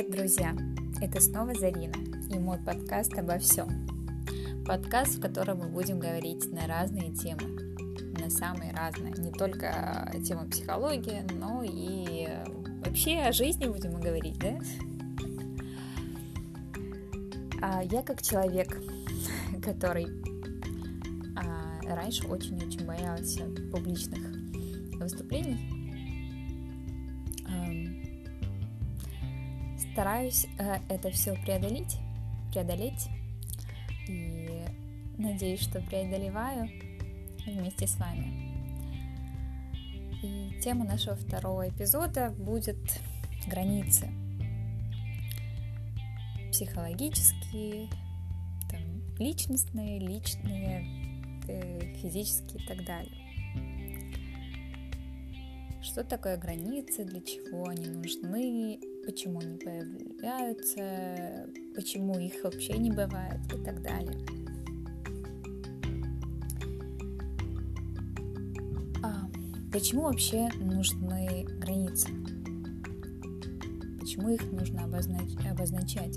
Привет, друзья! Это снова Зарина и мой подкаст обо всем. Подкаст, в котором мы будем говорить на разные темы, на самые разные. Не только темы психологии, но и вообще о жизни будем говорить, да? Я как человек, который раньше очень-очень боялся публичных выступлений, стараюсь это все преодолеть и надеюсь, что преодолеваю вместе с вами. И тема нашего второго эпизода будет границы. Психологические, личностные, физические и так далее. Что такое границы, для чего они нужны, почему они появляются, почему их вообще не бывает и так далее. Почему вообще нужны границы? Почему их нужно обозначать?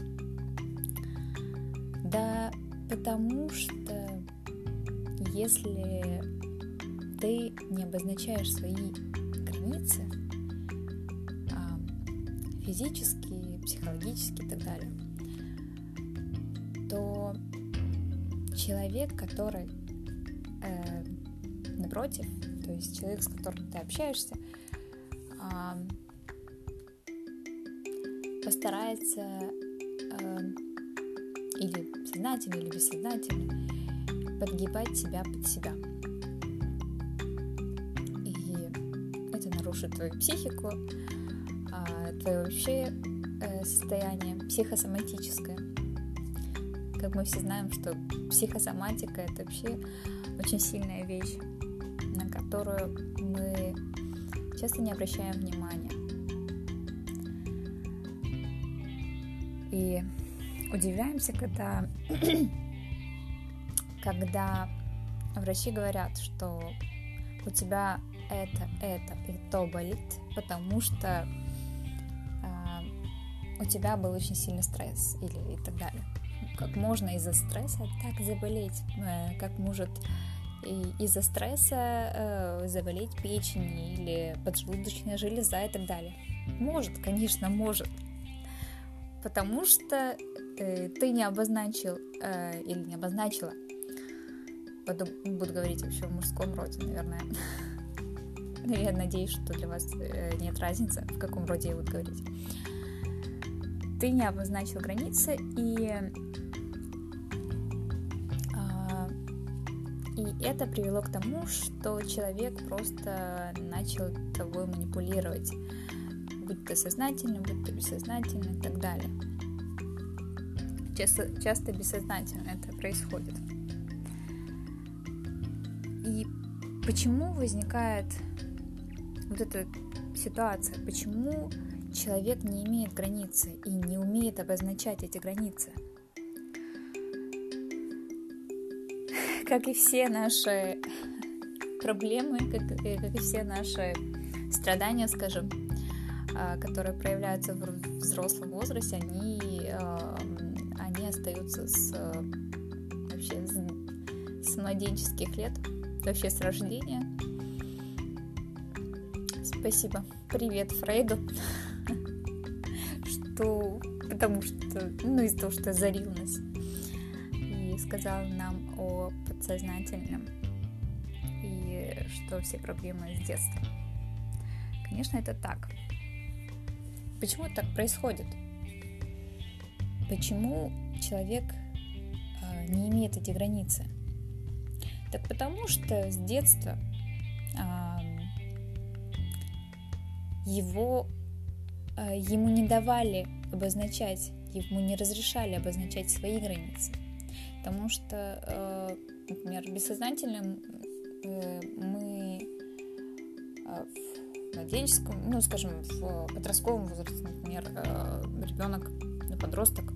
Да потому что если ты не обозначаешь свои границы, физические, психологические и так далее, то человек, который напротив, то есть человек, с которым ты общаешься, постарается или сознательно, или бессознательно подгибать тебя под себя. И это нарушит твою психику, твое вообще состояние психосоматическое. Как мы все знаем, что психосоматика — это вообще очень сильная вещь, на которую мы часто не обращаем внимания. И удивляемся, когда врачи говорят, что у тебя это и то болит, потому что у тебя был очень сильный стресс или и так далее. Как можно из-за стресса так заболеть? Как может из-за стресса заболеть печень или поджелудочная железа и так далее? Может, конечно, может. Потому что ты не обозначил или не обозначила. Буду говорить вообще в мужском роде, наверное. Я надеюсь, что для вас нет разницы, в каком роде я буду говорить. Ты не обозначил границы, и это привело к тому, что человек просто начал тобой манипулировать, будь то сознательно, будь то бессознательно и так далее. Часто бессознательно это происходит. И почему возникает вот эта ситуация? Почему человек не имеет границы и не умеет обозначать эти границы? Как и все наши проблемы, как и все наши страдания, скажем, которые проявляются в взрослом возрасте, они остаются вообще с младенческих лет, вообще с рождения. Спасибо. Привет Фрейду. Потому что, из-за того, что озарил нас и сказал нам о подсознательном и что все проблемы с детства. Конечно, это так. Почему так происходит? Почему человек не имеет эти границы? Так потому что с детства ему не давали обозначать, ему не разрешали обозначать свои границы. Потому что, например, бессознательно мы в младенческом, в подростковом возрасте, например, ребенок, подросток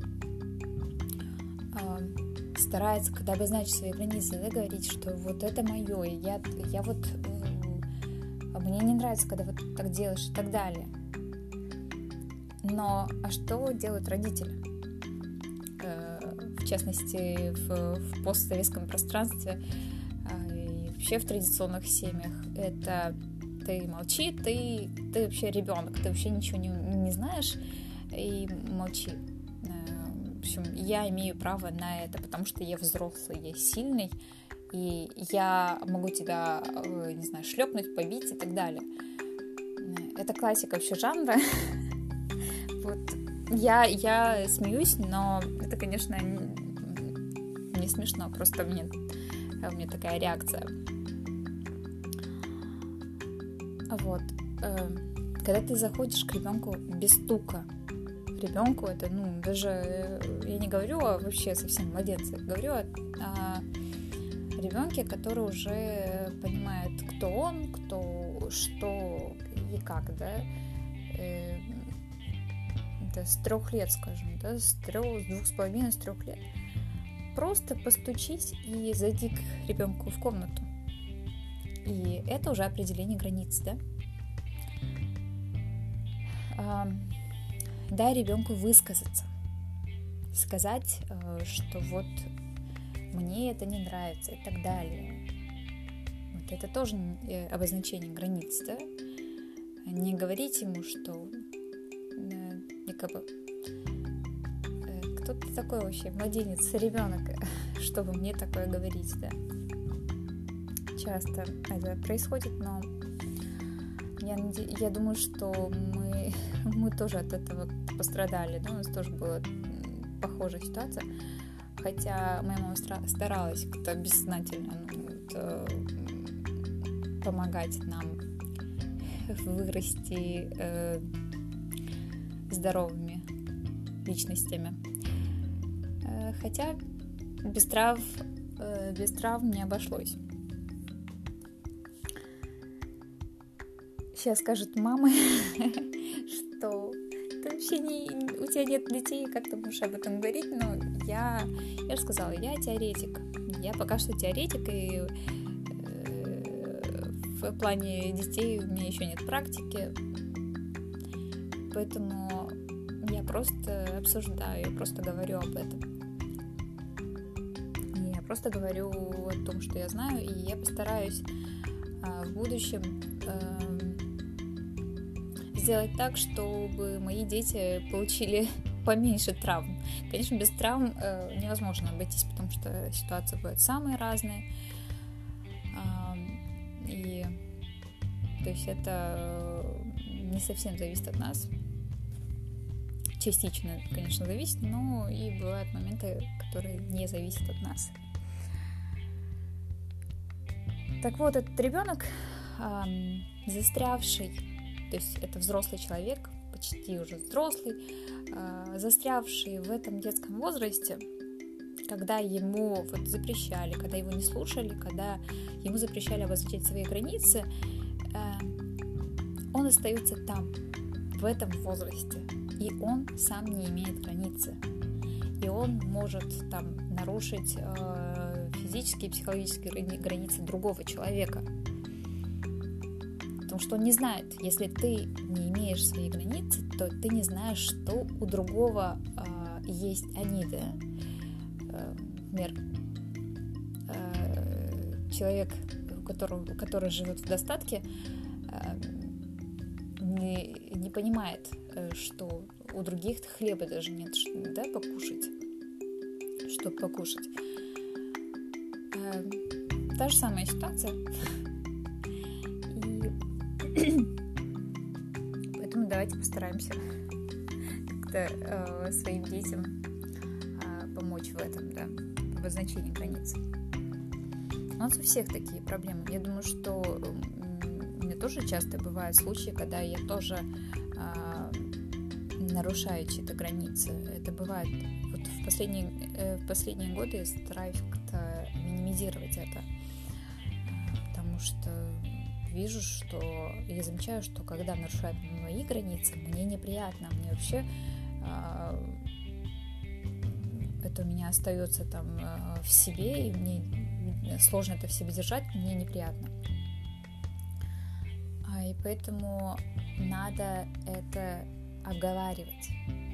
старается, когда обозначить свои границы, говорить, что вот это мое, и я мне не нравится, когда вот так делаешь и так далее. Но а что делают родители? В частности, в постсоветском пространстве и вообще в традиционных семьях. Это ты молчи, ты вообще ребенок, ты вообще ничего не знаешь и молчи. В общем, я имею право на это, потому что я взрослый, я сильный, и я могу тебя, не знаю, шлепнуть, побить и так далее. Это классика вообще жанра. Вот. Я смеюсь, но это, конечно, не смешно, просто у меня такая реакция. Вот. Когда ты заходишь к ребенку без стука, ребенку это, даже я не говорю вообще совсем младенце, говорю о ребенке, который уже понимает, кто он, кто, что и как, да. Это с 3 лет, скажем, да, с 2,5, с 3 лет. Просто постучись и зайди к ребенку в комнату. И это уже определение границ, да? Дай ребенку высказаться. Сказать, что вот мне это не нравится и так далее. Вот это тоже обозначение границ, да? Не говорить ему, что якобы кто ты такой вообще, младенец, ребенок, чтобы мне такое говорить, да? Часто это происходит, но я думаю, что мы тоже от этого пострадали, да? У нас тоже была похожая ситуация, хотя моя мама старалась как-то бессознательно помогать нам вырасти здоровыми личностями. Хотя без травм не обошлось. Сейчас скажут мамы, что ты вообще у тебя нет детей, как ты можешь об этом говорить, но я же сказала, я теоретик. Я пока что теоретик, и в плане детей у меня еще нет практики, поэтому я просто обсуждаю, я просто говорю об этом. Я просто говорю о том, что я знаю, и я постараюсь в будущем сделать так, чтобы мои дети получили поменьше травм. Конечно, без травм невозможно обойтись, потому что ситуации бывают самые разные. И то есть это не совсем зависит от нас. Частично, конечно, зависит, но и бывают моменты, которые не зависят от нас. Так вот, этот ребенок, застрявший, то есть это взрослый человек, почти уже взрослый, застрявший в этом детском возрасте, когда ему запрещали, когда его не слушали, когда ему запрещали обозначать свои границы, он остается там, в этом возрасте, и он сам не имеет границы. И он может там нарушить физические и психологические границы другого человека. Потому что он не знает, если ты не имеешь свои границы, то ты не знаешь, что у другого есть они, да? Например, человек, который живет в достатке, не понимает, что у других хлеба даже нет, да, покушать, чтобы покушать. Та же самая ситуация. И поэтому давайте постараемся как-то своим детям помочь в этом, да, в обозначении границ. У нас у всех такие проблемы. Я думаю, что у меня тоже часто бывают случаи, когда я тоже нарушаю чьи-то границы. Это бывает. Вот в последние годы я стараюсь как-то минимизировать это, потому что вижу, что я замечаю, что когда нарушают мои границы, мне неприятно, мне вообще это у меня остается там в себе, и мне сложно это в себе держать, мне неприятно. И поэтому надо это обговаривать.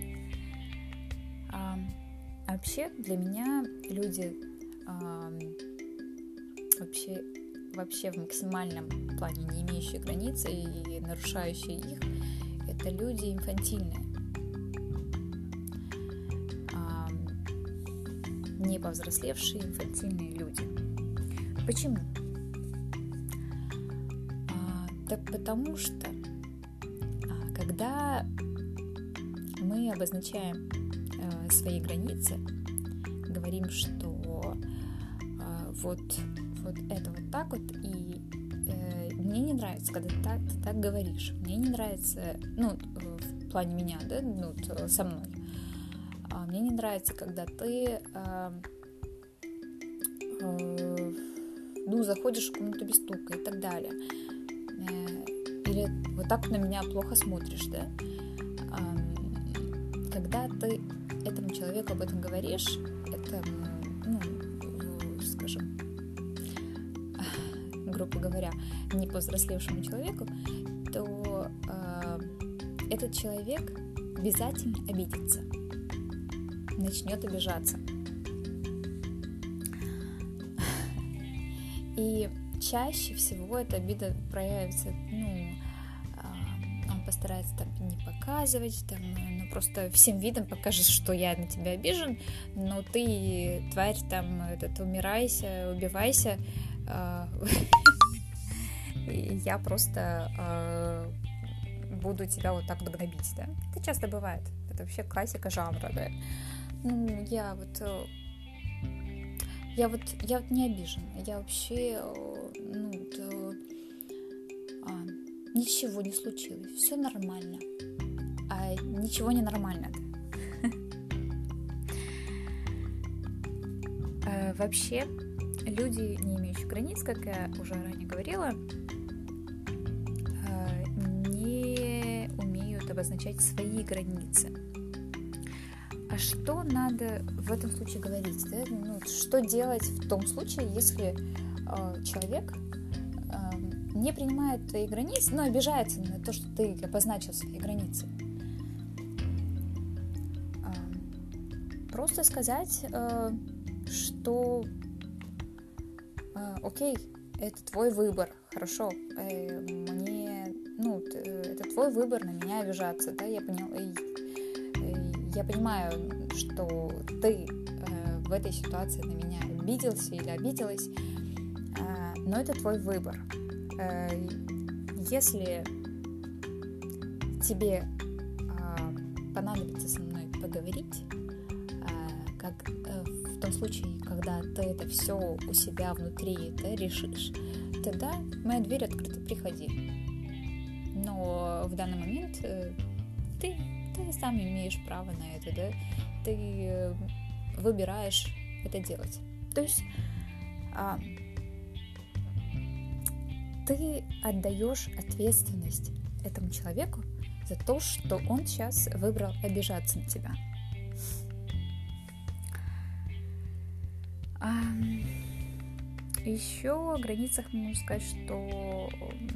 Вообще для меня люди вообще в максимальном плане не имеющие границ и нарушающие их, это люди инфантильные, не повзрослевшие инфантильные люди. Почему? Так потому что когда мы обозначаем свои границы, говорим, что вот это вот так вот, и мне не нравится, когда ты так говоришь, мне не нравится, в плане меня, да, со мной, мне не нравится, когда ты заходишь в комнату без стука и так далее, или вот так на меня плохо смотришь, да. Когда ты этому человеку об этом говоришь, скажем, грубо говоря, не повзрослевшему человеку, то этот человек обязательно обидится, начнет обижаться. И чаще всего эта обида проявится, он постарается там не показывать, просто всем видом покажет, что я на тебя обижен, но ты, тварь, умирайся, убивайся, и я просто буду тебя вот так гнобить, да? Это часто бывает, это вообще классика жанра, да? Я не обижена, я вообще, ничего не случилось, все нормально, а ничего не нормально. Вообще, люди, не имеющие границ, как я уже ранее говорила, не умеют обозначать свои границы. А что надо в этом случае говорить? Да? Что делать в том случае, если человек не принимает твои границы, но обижается на то, что ты обозначил свои границы? Просто сказать, что окей, это твой выбор, хорошо, это твой выбор на меня обижаться, да, я понимаю, что ты в этой ситуации на меня обиделся или обиделась, но это твой выбор. Если тебе понадобится со мной поговорить, как в том случае, когда ты это все у себя внутри решишь, тогда моя дверь открыта, приходи. Но в данный момент ты сам имеешь право на это, да? Ты выбираешь это делать. То есть ты отдаешь ответственность этому человеку за то, что он сейчас выбрал обижаться на тебя. Еще о границах можно сказать, что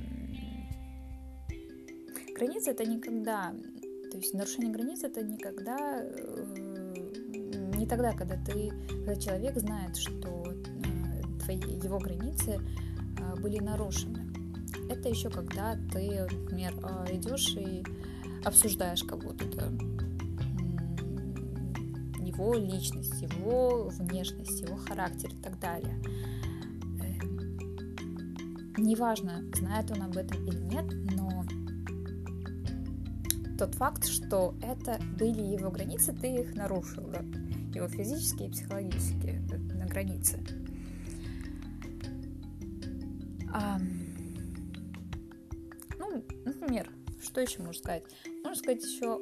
границы — это никогда, то есть нарушение границ — это никогда, не тогда, когда человек знает, что его границы были нарушены. Это еще когда ты, например, идешь и обсуждаешь кого-то, его личность, его внешность, его характер и так далее. Неважно, знает он об этом или нет, но тот факт, что это были его границы, ты их нарушил, да? Его физические и психологические на границе. Например, что еще можно сказать? Можно сказать еще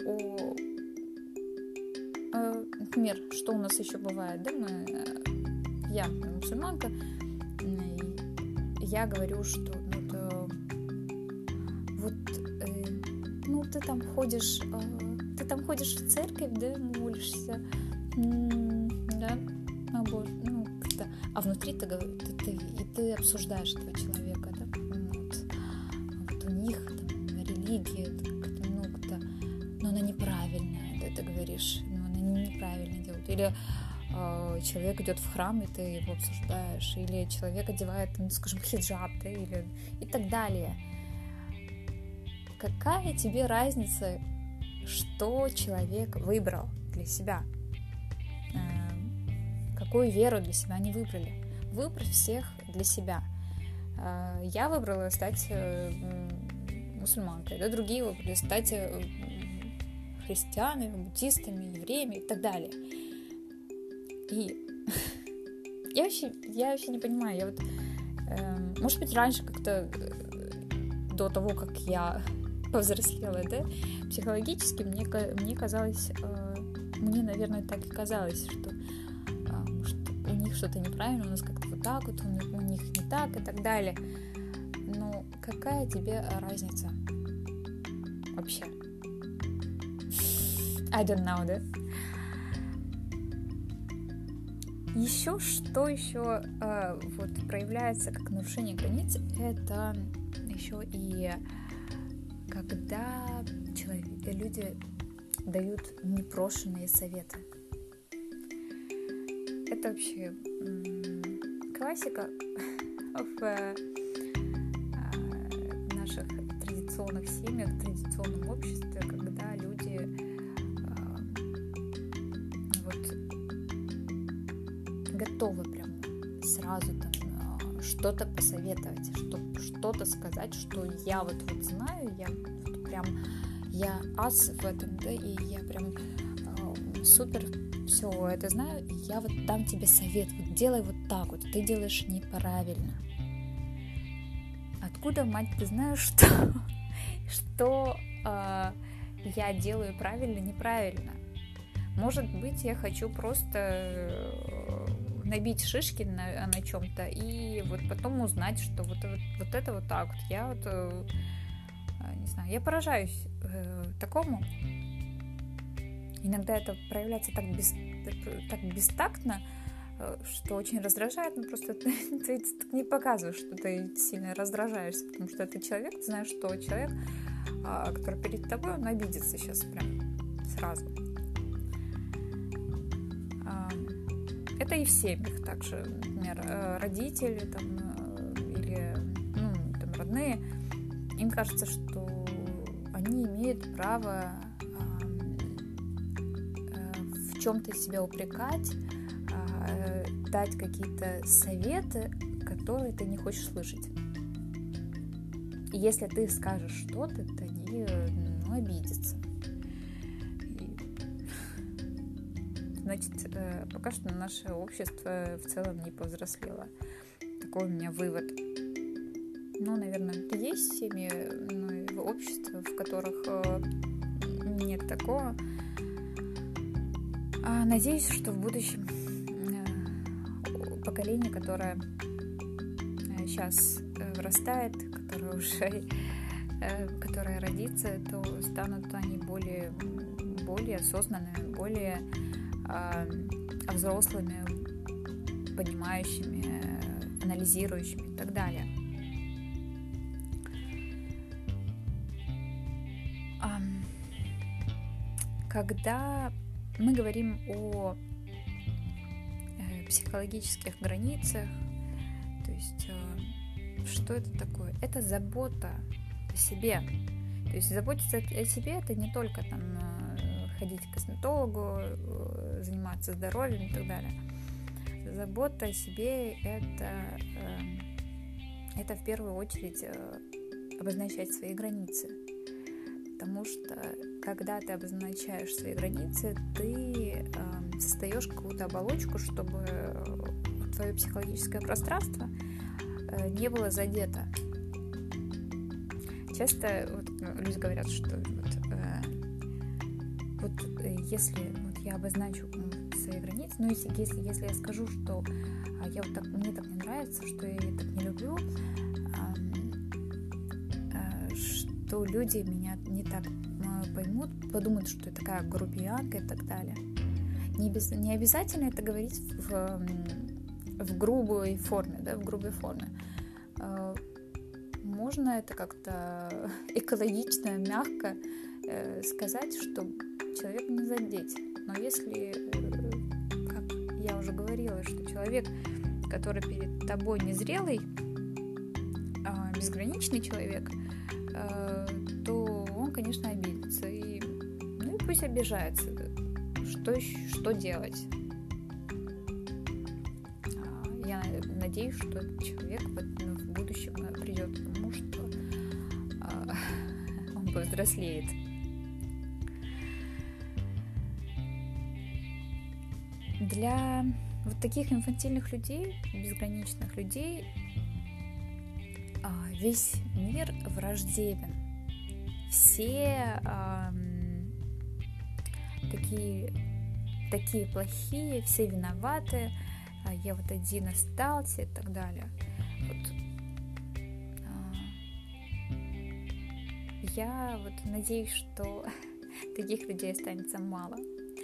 например, что у нас еще бывает, да, я мусульманка, я говорю, что ты там ходишь в церковь, да, молишься, да, о Боже, как-то, а внутри ты обсуждаешь этого человека, да, вот у них там религия, как-то, но она говоришь, но они неправильно делают. Или человек идет в храм, и ты его обсуждаешь. Или человек одевает, скажем, хиджаб, да, или и так далее. Какая тебе разница, что человек выбрал для себя? Какую веру для себя они выбрали? Выбрать всех для себя. Я выбрала стать мусульманкой, да, другие выбрали стать христианами, буддистами, евреями и так далее. И я вообще не понимаю, я вот, может быть, раньше как-то, до того, как я повзрослела, да, психологически мне казалось, мне, наверное, так и казалось, что у них что-то неправильно, у нас как-то вот так вот, у них не так и так далее. Но какая тебе разница вообще? I don't know, да? Что еще вот проявляется как нарушение границ, это еще и когда люди дают непрошенные советы. Это вообще классика в наших традиционных семьях, в традиционном обществе, когда люди готовы прям сразу там что-то посоветовать, что-то сказать, что я вот знаю, я ас в этом, да, и я прям супер все это знаю, и я вот дам тебе совет, вот делай вот так вот, ты делаешь неправильно. Откуда, мать, ты знаешь, что я делаю правильно, неправильно? Может быть, я хочу просто набить шишки на чем-то и вот потом узнать, что вот это вот так вот. Я вот, не знаю, я поражаюсь такому. Иногда это проявляется так бестактно, что очень раздражает, но просто ты не показываешь, что ты сильно раздражаешься, потому что это человек, ты знаешь, что человек, который перед тобой, он обидится сейчас прям сразу. Это и в семьях также, например, родители там, или там, родные, им кажется, что они имеют право в чем-то себя упрекать, дать какие-то советы, которые ты не хочешь слышать. И если ты скажешь что-то, то они обидятся. Значит, пока что наше общество в целом не повзрослело. Такой у меня вывод. Наверное, есть семьи, и общества, в которых нет такого. Надеюсь, что в будущем поколение, которое сейчас вырастает, которое родится, то станут они более осознанными, более взрослыми, понимающими, анализирующими и так далее. Когда мы говорим о психологических границах, то есть что это такое? Это забота о себе. То есть заботиться о себе — это не только там ходить к косметологу, заниматься здоровьем и так далее. Забота о себе — это в первую очередь обозначать свои границы. Потому что когда ты обозначаешь свои границы, ты создаешь какую-то оболочку, чтобы твое психологическое пространство не было задето. Часто люди говорят, что если я обозначу свои границы, если я скажу, что мне так не нравится, что я так не люблю, что люди меня не так поймут, подумают, что я такая грубиянка и так далее. Не обязательно это говорить в грубой форме, да, в грубой форме. можно это как-то экологично, мягко сказать, чтобы человека не задеть. Но если, как я уже говорила, что человек, который перед тобой незрелый, безграничный человек, то он, конечно, обидится. И пусть обижается. Что делать? Я надеюсь, что человек в будущем придет к тому, что он повзрослеет. Для вот таких инфантильных людей, безграничных людей, весь мир враждебен. Все такие плохие, все виноваты, я вот один остался и так далее. Вот. Я вот надеюсь, что таких людей останется мало.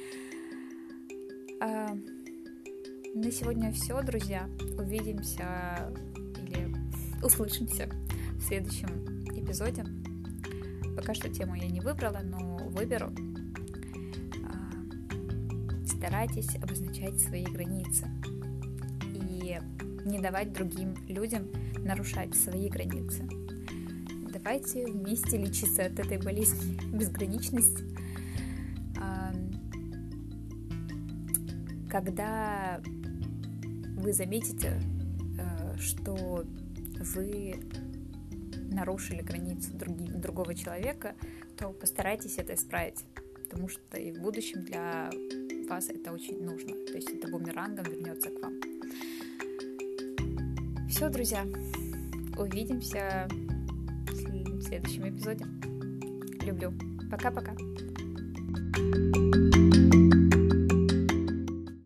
На сегодня все, друзья. Увидимся или услышимся в следующем эпизоде. Пока что тему я не выбрала, но выберу. Старайтесь обозначать свои границы и не давать другим людям нарушать свои границы. Давайте вместе лечиться от этой болезни безграничности. Когда вы заметите, что вы нарушили границу другого человека, то постарайтесь это исправить, потому что и в будущем для вас это очень нужно. То есть это бумерангом вернется к вам. Все, друзья, увидимся в следующем эпизоде. Люблю. Пока-пока.